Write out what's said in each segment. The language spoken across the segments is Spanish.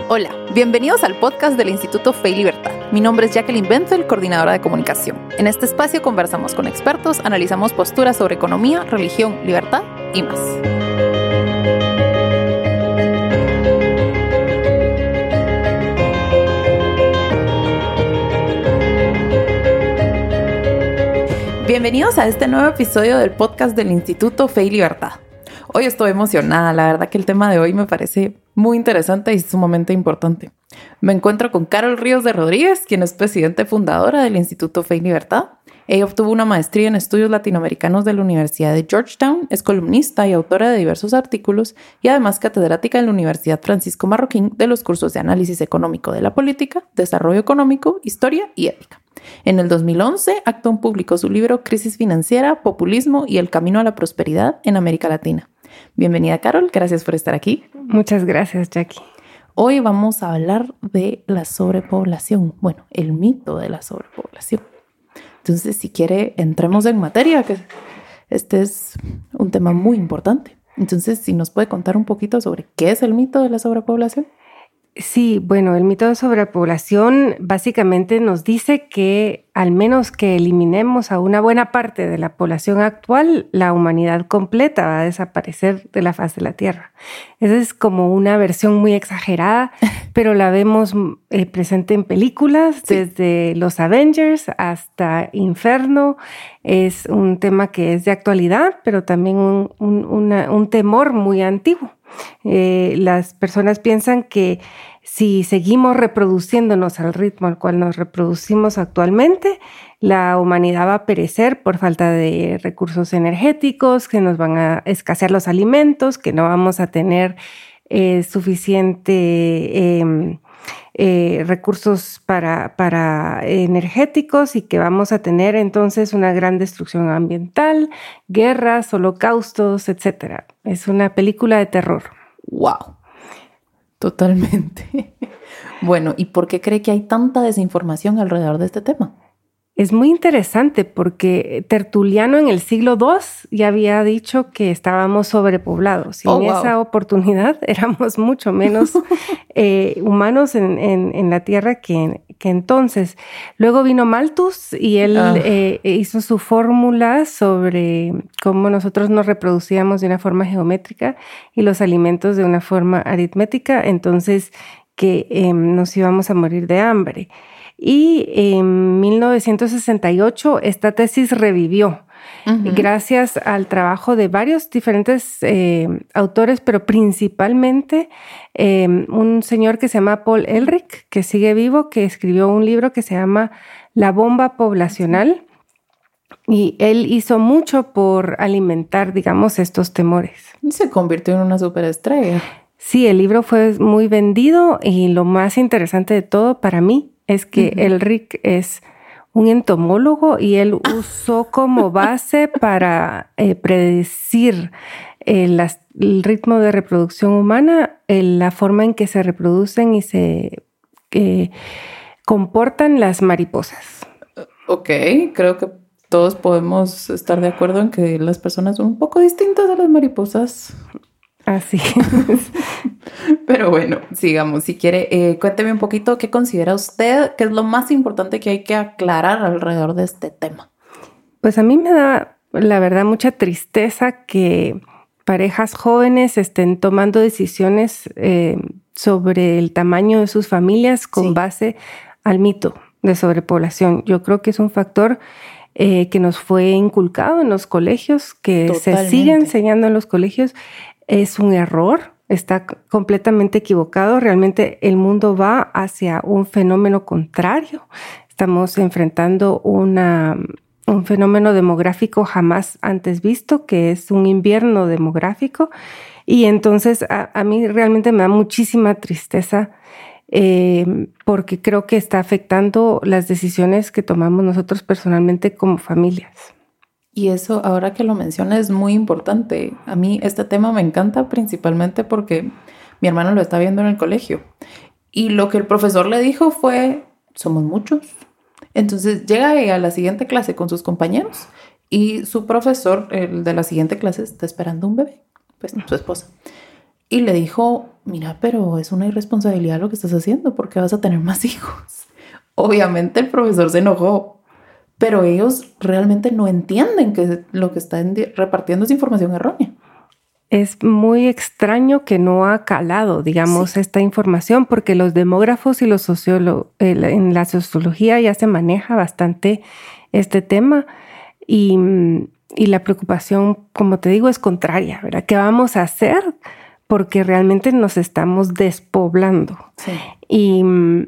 Hola, bienvenidos al podcast del Instituto Fe y Libertad. Mi nombre es Jacqueline Benzel, coordinadora de comunicación. En este espacio conversamos con expertos, analizamos posturas sobre economía, religión, libertad y más. Bienvenidos a este nuevo episodio del podcast del Instituto Fe y Libertad. Hoy estoy emocionada, la verdad que el tema de hoy me parece muy interesante y sumamente importante. Me encuentro con Carol Ríos de Rodríguez, quien es presidenta y fundadora del Instituto Fe y Libertad. Ella obtuvo una maestría en estudios latinoamericanos de la Universidad de Georgetown, es columnista y autora de diversos artículos y además catedrática en la Universidad Francisco Marroquín de los cursos de análisis económico de la política, desarrollo económico, historia y ética. En el 2011, Acton publicó su libro Crisis Financiera, Populismo y el Camino a la Prosperidad en América Latina. Bienvenida, Carol. Gracias por estar aquí. Muchas gracias, Jackie. Hoy vamos a hablar de la sobrepoblación. Bueno, el mito de la sobrepoblación. Entonces, si quiere, entremos en materia, que este es un tema muy importante. Entonces, si nos puede contar un poquito sobre qué es el mito de la sobrepoblación. Sí, bueno, el mito de sobrepoblación básicamente nos dice que al menos que eliminemos a una buena parte de la población actual, la humanidad completa va a desaparecer de la faz de la Tierra. Esa es como una versión muy exagerada, pero la vemos presente en películas, sí. Desde los Avengers hasta Inferno. Es un tema que es de actualidad, pero también un temor muy antiguo. Las personas piensan que si seguimos reproduciéndonos al ritmo al cual nos reproducimos actualmente, la humanidad va a perecer por falta de recursos energéticos, que nos van a escasear los alimentos, que no vamos a tener suficiente recursos para energéticos y que vamos a tener entonces una gran destrucción ambiental, guerras, holocaustos, etc. Es una película de terror. ¡Wow! Totalmente. Bueno, ¿y por qué cree que hay tanta desinformación alrededor de este tema? Es muy interesante porque Tertuliano en el siglo II ya había dicho que estábamos sobrepoblados y en esa oportunidad éramos mucho menos humanos en la Tierra que entonces. Luego vino Malthus y él hizo su fórmula sobre cómo nosotros nos reproducíamos de una forma geométrica y los alimentos de una forma aritmética, entonces que nos íbamos a morir de hambre. Y en 1968 esta tesis revivió gracias al trabajo de varios diferentes autores, pero principalmente un señor que se llama Paul Ehrlich, que sigue vivo, que escribió un libro que se llama La bomba poblacional. Y él hizo mucho por alimentar, digamos, estos temores. Se convirtió en una superestrella. Sí, el libro fue muy vendido y lo más interesante de todo para mí es que Ehrlich es un entomólogo y él usó como base para predecir el ritmo de reproducción humana, la forma en que se reproducen y se comportan las mariposas. Ok, creo que todos podemos estar de acuerdo en que las personas son un poco distintas a las mariposas. Así es. Pero bueno, sigamos. Si quiere, cuénteme un poquito qué considera usted que es lo más importante que hay que aclarar alrededor de este tema. Pues a mí me da, la verdad, mucha tristeza que parejas jóvenes estén tomando decisiones sobre el tamaño de sus familias con base al mito de sobrepoblación. Yo creo que es un factor que nos fue inculcado en los colegios, que Totalmente. Se sigue enseñando en los colegios. Es un error, está completamente equivocado. Realmente el mundo va hacia un fenómeno contrario. Estamos enfrentando un fenómeno demográfico jamás antes visto, que es un invierno demográfico. Y entonces a mí realmente me da muchísima tristeza porque creo que está afectando las decisiones que tomamos nosotros personalmente como familias. Y eso, ahora que lo menciona, es muy importante. A mí este tema me encanta principalmente porque mi hermano lo está viendo en el colegio. Y lo que el profesor le dijo fue, somos muchos. Entonces llega a la siguiente clase con sus compañeros y su profesor, el de la siguiente clase, está esperando un bebé, pues su esposa. Y le dijo, mira, pero es una irresponsabilidad lo que estás haciendo porque vas a tener más hijos. Obviamente el profesor se enojó, pero ellos realmente no entienden que lo que están repartiendo es información errónea. Es muy extraño que no ha calado, digamos, esta información, porque los demógrafos y los sociólogos, en la sociología ya se maneja bastante este tema y la preocupación, como te digo, es contraria, ¿verdad? ¿Qué vamos a hacer? Porque realmente nos estamos despoblando. Sí. Y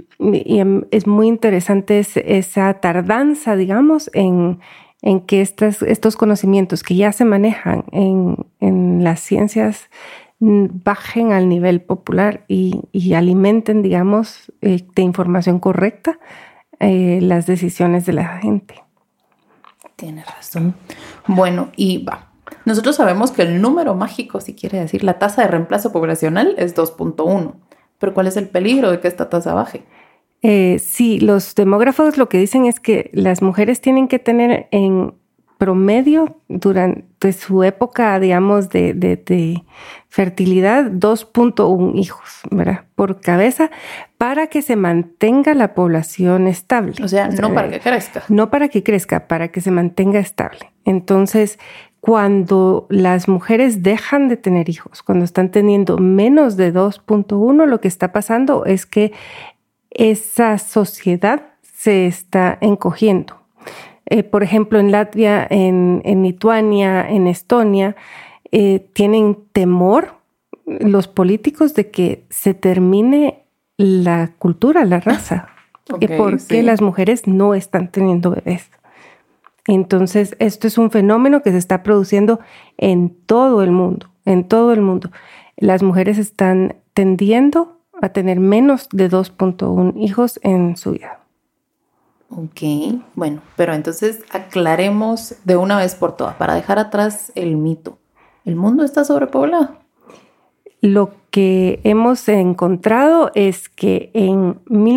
es muy interesante esa tardanza, digamos, en que estos conocimientos que ya se manejan en las ciencias bajen al nivel popular y alimenten, digamos, de información correcta las decisiones de la gente. Tienes razón. Bueno, y nosotros sabemos que el número mágico, si quiere decir, la tasa de reemplazo poblacional es 2.1. Pero ¿cuál es el peligro de que esta tasa baje? Sí, los demógrafos lo que dicen es que las mujeres tienen que tener en promedio durante su época, digamos, de fertilidad 2.1 hijos, ¿verdad? Por cabeza, para que se mantenga la población estable. O sea, no para que crezca. No para que crezca, para que se mantenga estable. Entonces, cuando las mujeres dejan de tener hijos, cuando están teniendo menos de 2.1, lo que está pasando es que esa sociedad se está encogiendo. Por ejemplo, en Latvia, en Lituania, en Estonia, tienen temor los políticos de que se termine la cultura, la raza, porque las mujeres no están teniendo bebés. Entonces, esto es un fenómeno que se está produciendo en todo el mundo, en todo el mundo. Las mujeres están tendiendo a tener menos de 2.1 hijos en su vida. Ok, bueno, pero entonces aclaremos de una vez por todas, para dejar atrás el mito. ¿El mundo está sobrepoblado? Lo que hemos encontrado es que entre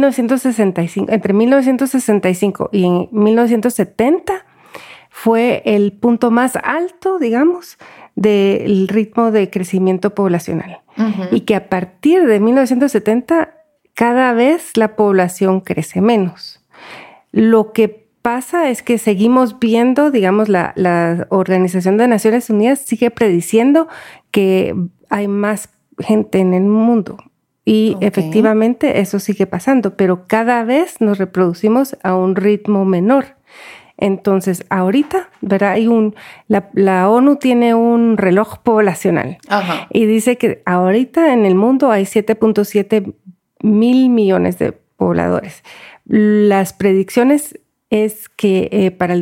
1965 y en 1970 fue el punto más alto, digamos, del ritmo de crecimiento poblacional. Uh-huh. Y que a partir de 1970 cada vez la población crece menos. Lo que pasa es que seguimos viendo, digamos, la Organización de Naciones Unidas sigue prediciendo que hay más gente en el mundo. Y efectivamente eso sigue pasando, pero cada vez nos reproducimos a un ritmo menor. Entonces, ahorita, ¿verdad? La ONU tiene un reloj poblacional. Ajá. Y dice que ahorita en el mundo hay 7.7 mil millones de pobladores. Las predicciones es que para el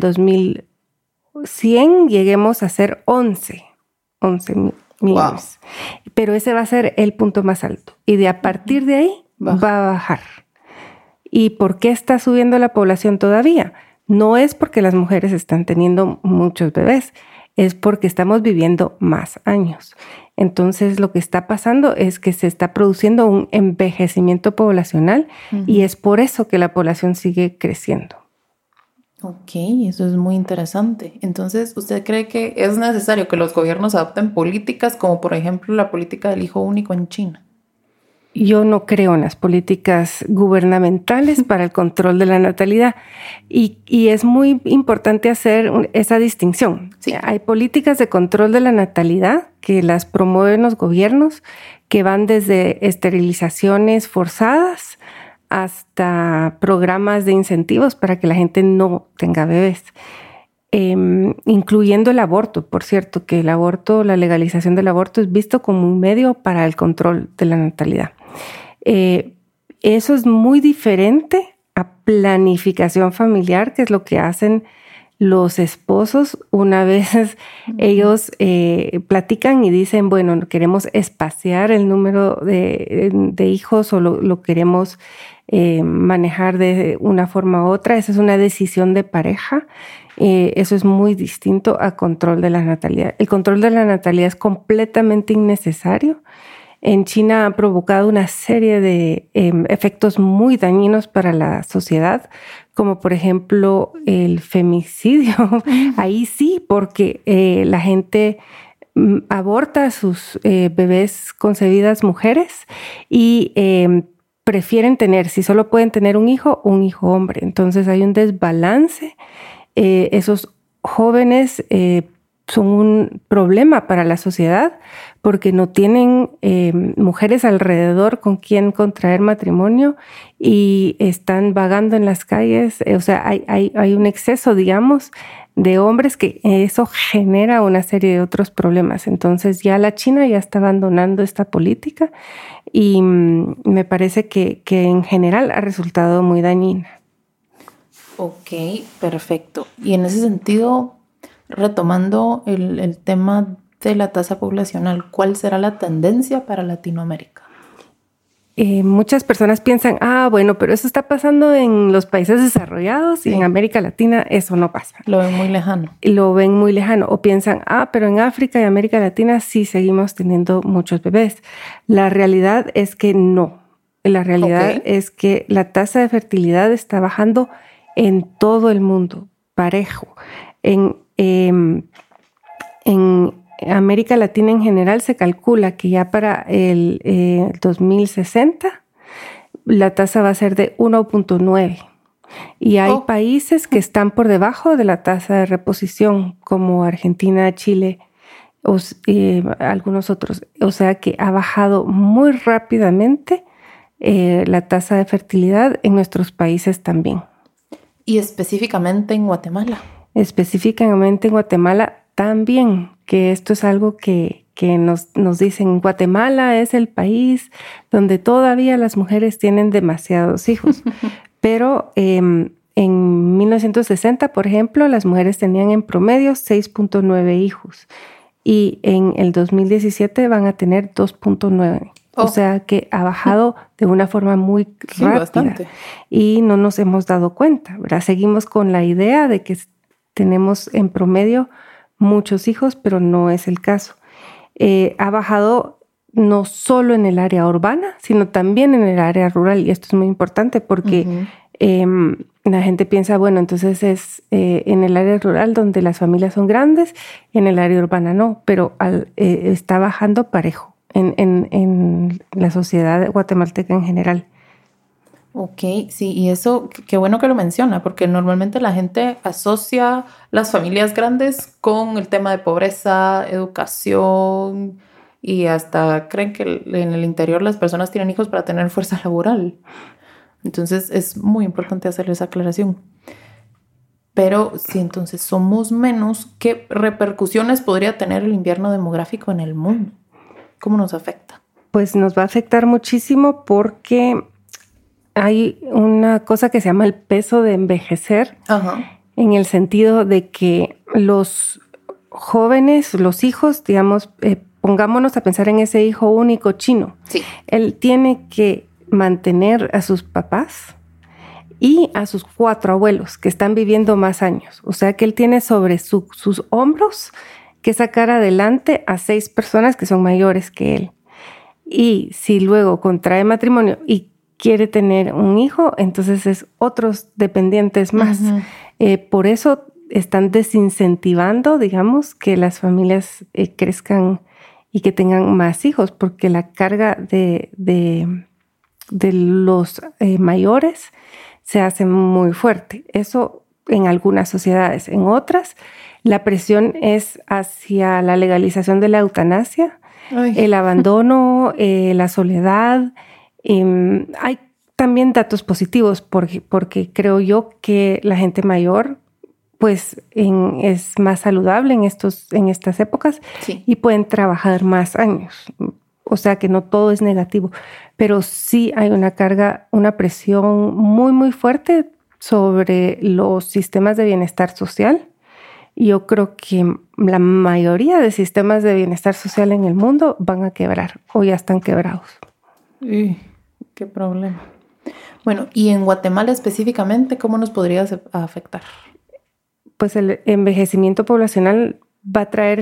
2100 lleguemos a ser 11 millones. Wow. Pero ese va a ser el punto más alto. Y a partir de ahí va a bajar. ¿Y por qué está subiendo la población todavía? No es porque las mujeres están teniendo muchos bebés, es porque estamos viviendo más años. Entonces, lo que está pasando es que se está produciendo un envejecimiento poblacional y es por eso que la población sigue creciendo. Ok, eso es muy interesante. Entonces, ¿usted cree que es necesario que los gobiernos adopten políticas como, por ejemplo, la política del hijo único en China? Yo no creo en las políticas gubernamentales para el control de la natalidad y es muy importante hacer esa distinción. Sí. Hay políticas de control de la natalidad que las promueven los gobiernos, que van desde esterilizaciones forzadas hasta programas de incentivos para que la gente no tenga bebés. Incluyendo el aborto, por cierto, que la legalización del aborto es visto como un medio para el control de la natalidad. Eso es muy diferente a planificación familiar, que es lo que hacen los esposos una vez ellos platican y dicen, bueno, queremos espaciar el número de hijos o lo queremos manejar de una forma u otra. Esa es una decisión de pareja. Eso es muy distinto a control de la natalidad. El control de la natalidad es completamente innecesario. En China ha provocado una serie de efectos muy dañinos para la sociedad, como por ejemplo el femicidio. Ahí sí, porque la gente aborta a sus bebés concebidas mujeres y prefieren tener, si solo pueden tener un hijo hombre. Entonces hay un desbalance. Esos jóvenes son un problema para la sociedad porque no tienen mujeres alrededor con quien contraer matrimonio y están vagando en las calles. O sea, hay un exceso, digamos, de hombres que eso genera una serie de otros problemas. Entonces ya la China ya está abandonando esta política y me parece que en general ha resultado muy dañina. Ok, perfecto. Y en ese sentido, retomando el tema de la tasa poblacional, ¿cuál será la tendencia para Latinoamérica? Muchas personas piensan, bueno, pero eso está pasando en los países desarrollados y en América Latina eso no pasa. Lo ven muy lejano. Lo ven muy lejano. O piensan, pero en África y América Latina sí seguimos teniendo muchos bebés. La realidad es que no. La realidad es que la tasa de fertilidad está bajando en todo el mundo, parejo. En América Latina en general se calcula que ya para el 2060 la tasa va a ser de 1.9 y hay países que están por debajo de la tasa de reposición como Argentina, Chile algunos otros. O sea que ha bajado muy rápidamente la tasa de fertilidad en nuestros países también. ¿Y específicamente en Guatemala? Específicamente en Guatemala también, que esto es algo que nos dicen, Guatemala es el país donde todavía las mujeres tienen demasiados hijos. Pero en 1960, por ejemplo, las mujeres tenían en promedio 6.9 hijos y en el 2017 van a tener 2.9. O sea que ha bajado de una forma muy rápida. Bastante. Y no nos hemos dado cuenta, ¿verdad? Seguimos con la idea de que tenemos en promedio muchos hijos, pero no es el caso. Ha bajado no solo en el área urbana, sino también en el área rural. Y esto es muy importante porque la gente piensa, bueno, entonces es en el área rural donde las familias son grandes, en el área urbana no, pero está bajando parejo en la sociedad guatemalteca en general. Ok, sí, y eso, qué bueno que lo menciona, porque normalmente la gente asocia las familias grandes con el tema de pobreza, educación, y hasta creen que en el interior las personas tienen hijos para tener fuerza laboral. Entonces es muy importante hacer esa aclaración. Pero si entonces somos menos, ¿qué repercusiones podría tener el invierno demográfico en el mundo? ¿Cómo nos afecta? Pues nos va a afectar muchísimo porque hay una cosa que se llama el peso de envejecer, en el sentido de que los jóvenes, los hijos, digamos, pongámonos a pensar en ese hijo único chino. Sí. Él tiene que mantener a sus papás y a sus 4 abuelos que están viviendo más años. O sea que él tiene sobre sus hombros que sacar adelante a 6 personas que son mayores que él. Y si luego contrae matrimonio y quiere tener un hijo, entonces es otros dependientes más. Por eso están desincentivando, digamos, que las familias crezcan y que tengan más hijos, porque la carga de los mayores se hace muy fuerte. Eso en algunas sociedades. En otras, la presión es hacia la legalización de la eutanasia, el abandono, la soledad. Hay también datos positivos porque creo yo que la gente mayor pues es más saludable en estas épocas y pueden trabajar más años. O sea que no todo es negativo, pero sí hay una carga, una presión muy, muy fuerte sobre los sistemas de bienestar social. Yo creo que la mayoría de sistemas de bienestar social en el mundo van a quebrar o ya están quebrados. Qué problema. Bueno, y en Guatemala específicamente, ¿cómo nos podría afectar? Pues el envejecimiento poblacional va a traer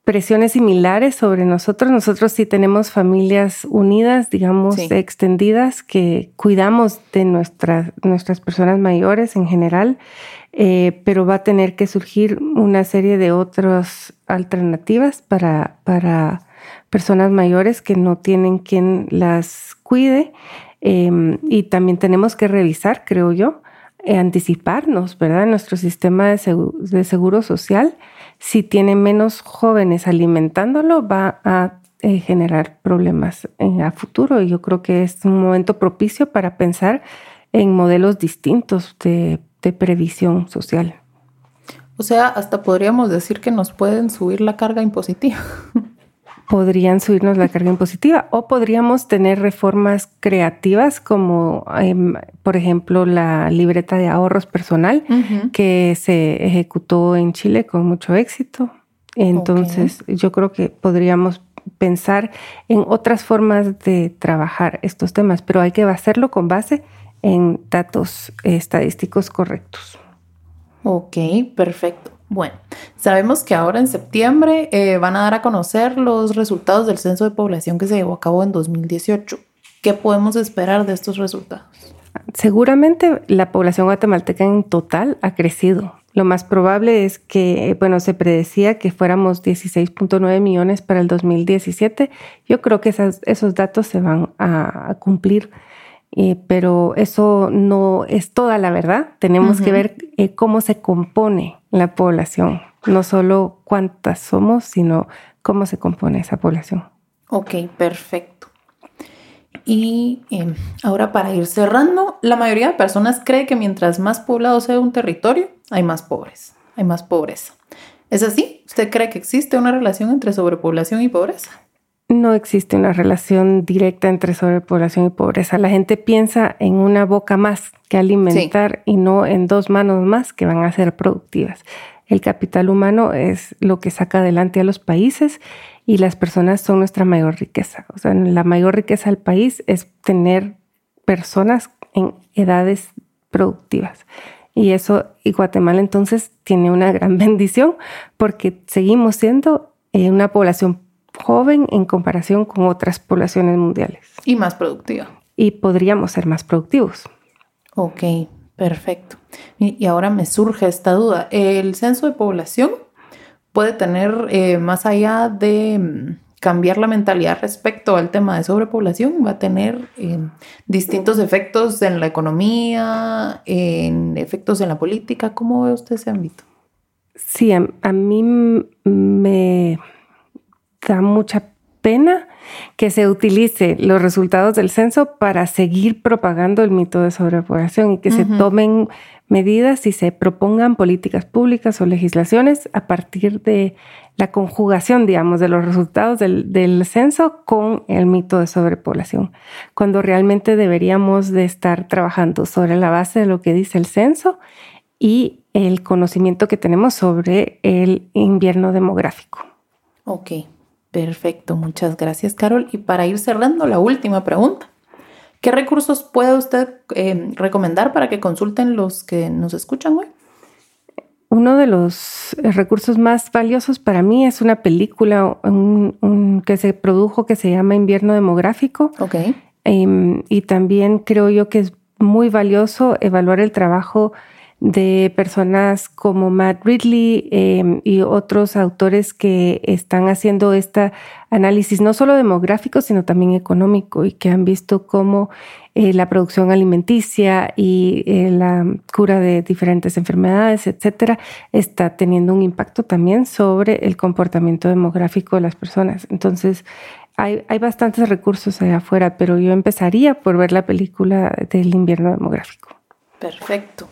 presiones similares sobre nosotros. Nosotros sí tenemos familias unidas, digamos, extendidas, que cuidamos de nuestras personas mayores en general, pero va a tener que surgir una serie de otras alternativas para personas mayores que no tienen quien las cuide. Y también tenemos que revisar, creo yo, anticiparnos, ¿verdad? Nuestro sistema de seguro social, si tiene menos jóvenes alimentándolo, va a generar problemas a futuro. Y yo creo que es un momento propicio para pensar en modelos distintos de previsión social. O sea, hasta podríamos decir que nos pueden subir la carga impositiva. Podrían subirnos la carga impositiva o podríamos tener reformas creativas como, por ejemplo, la libreta de ahorros personal que se ejecutó en Chile con mucho éxito. Entonces, yo creo que podríamos pensar en otras formas de trabajar estos temas, pero hay que hacerlo con base en datos estadísticos correctos. Ok, perfecto. Bueno, sabemos que ahora en septiembre van a dar a conocer los resultados del censo de población que se llevó a cabo en 2018. ¿Qué podemos esperar de estos resultados? Seguramente la población guatemalteca en total ha crecido. Lo más probable es que, se predecía que fuéramos 16.9 millones para el 2017. Yo creo que esos datos se van a cumplir. Pero eso no es toda la verdad. Tenemos que ver cómo se compone la población. No solo cuántas somos, sino cómo se compone esa población. Ok, perfecto. Y ahora para ir cerrando, la mayoría de personas cree que mientras más poblado sea un territorio, hay más pobres, hay más pobreza. ¿Es así? ¿Usted cree que existe una relación entre sobrepoblación y pobreza? No existe una relación directa entre sobrepoblación y pobreza. La gente piensa en una boca más que alimentar y no en 2 manos más que van a ser productivas. El capital humano es lo que saca adelante a los países y las personas son nuestra mayor riqueza. O sea, la mayor riqueza del país es tener personas en edades productivas. Y Guatemala entonces tiene una gran bendición porque seguimos siendo una población joven en comparación con otras poblaciones mundiales. Y más productiva. Y podríamos ser más productivos. Ok, perfecto. Y ahora me surge esta duda. ¿El censo de población puede tener, más allá de cambiar la mentalidad respecto al tema de sobrepoblación, va a tener distintos efectos en la economía, en efectos en la política? ¿Cómo ve usted ese ámbito? Sí, a mí me da mucha pena que se utilice los resultados del censo para seguir propagando el mito de sobrepoblación y que se tomen medidas y se propongan políticas públicas o legislaciones a partir de la conjugación, digamos, de los resultados del censo con el mito de sobrepoblación, cuando realmente deberíamos de estar trabajando sobre la base de lo que dice el censo y el conocimiento que tenemos sobre el invierno demográfico. Ok. Perfecto, muchas gracias, Carol. Y para ir cerrando, la última pregunta. ¿Qué recursos puede usted recomendar para que consulten los que nos escuchan hoy? Uno de los recursos más valiosos para mí es una película que se produjo que se llama Invierno Demográfico. Okay. Y también creo yo que es muy valioso evaluar el trabajo de personas como Matt Ridley y otros autores que están haciendo este análisis no solo demográfico, sino también económico y que han visto cómo la producción alimenticia y la cura de diferentes enfermedades, etcétera, está teniendo un impacto también sobre el comportamiento demográfico de las personas. Entonces, hay bastantes recursos allá afuera, pero yo empezaría por ver la película del invierno demográfico. Perfecto.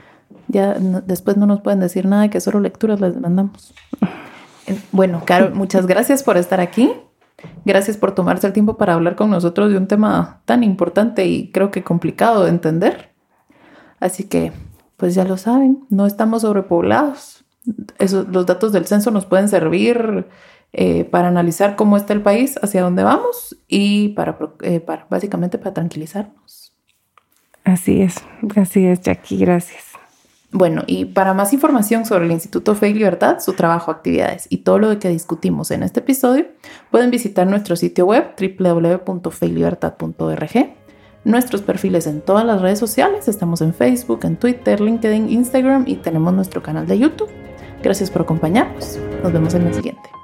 Ya después no nos pueden decir nada, que solo lecturas les mandamos. Bueno, Carol, muchas gracias por estar aquí. Gracias por tomarse el tiempo para hablar con nosotros de un tema tan importante y creo que complicado de entender. Así que, pues ya lo saben, no estamos sobrepoblados. Los datos del censo nos pueden servir para analizar cómo está el país, hacia dónde vamos y para básicamente para tranquilizarnos. Así es, Jackie, gracias. Bueno, y para más información sobre el Instituto Fe y Libertad, su trabajo, actividades y todo lo que discutimos en este episodio, pueden visitar nuestro sitio web www.feylibertad.org, nuestros perfiles en todas las redes sociales, estamos en Facebook, en Twitter, LinkedIn, Instagram y tenemos nuestro canal de YouTube. Gracias por acompañarnos. Nos vemos en el siguiente.